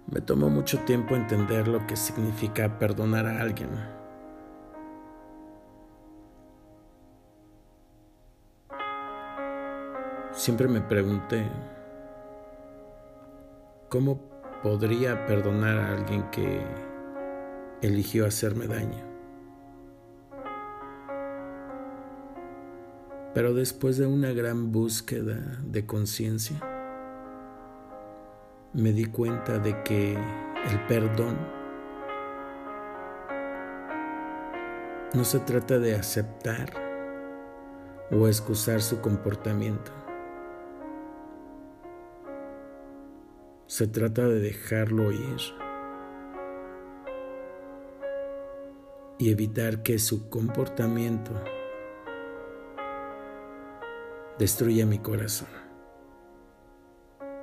Me tomó mucho tiempo entender lo que significa perdonar a alguien. Siempre me pregunté, ¿cómo podría perdonar a alguien que eligió hacerme daño? Pero después de una gran búsqueda de conciencia, me di cuenta de que el perdón no se trata de aceptar o excusar su comportamiento. Se trata de dejarlo ir y evitar que su comportamiento destruya mi corazón.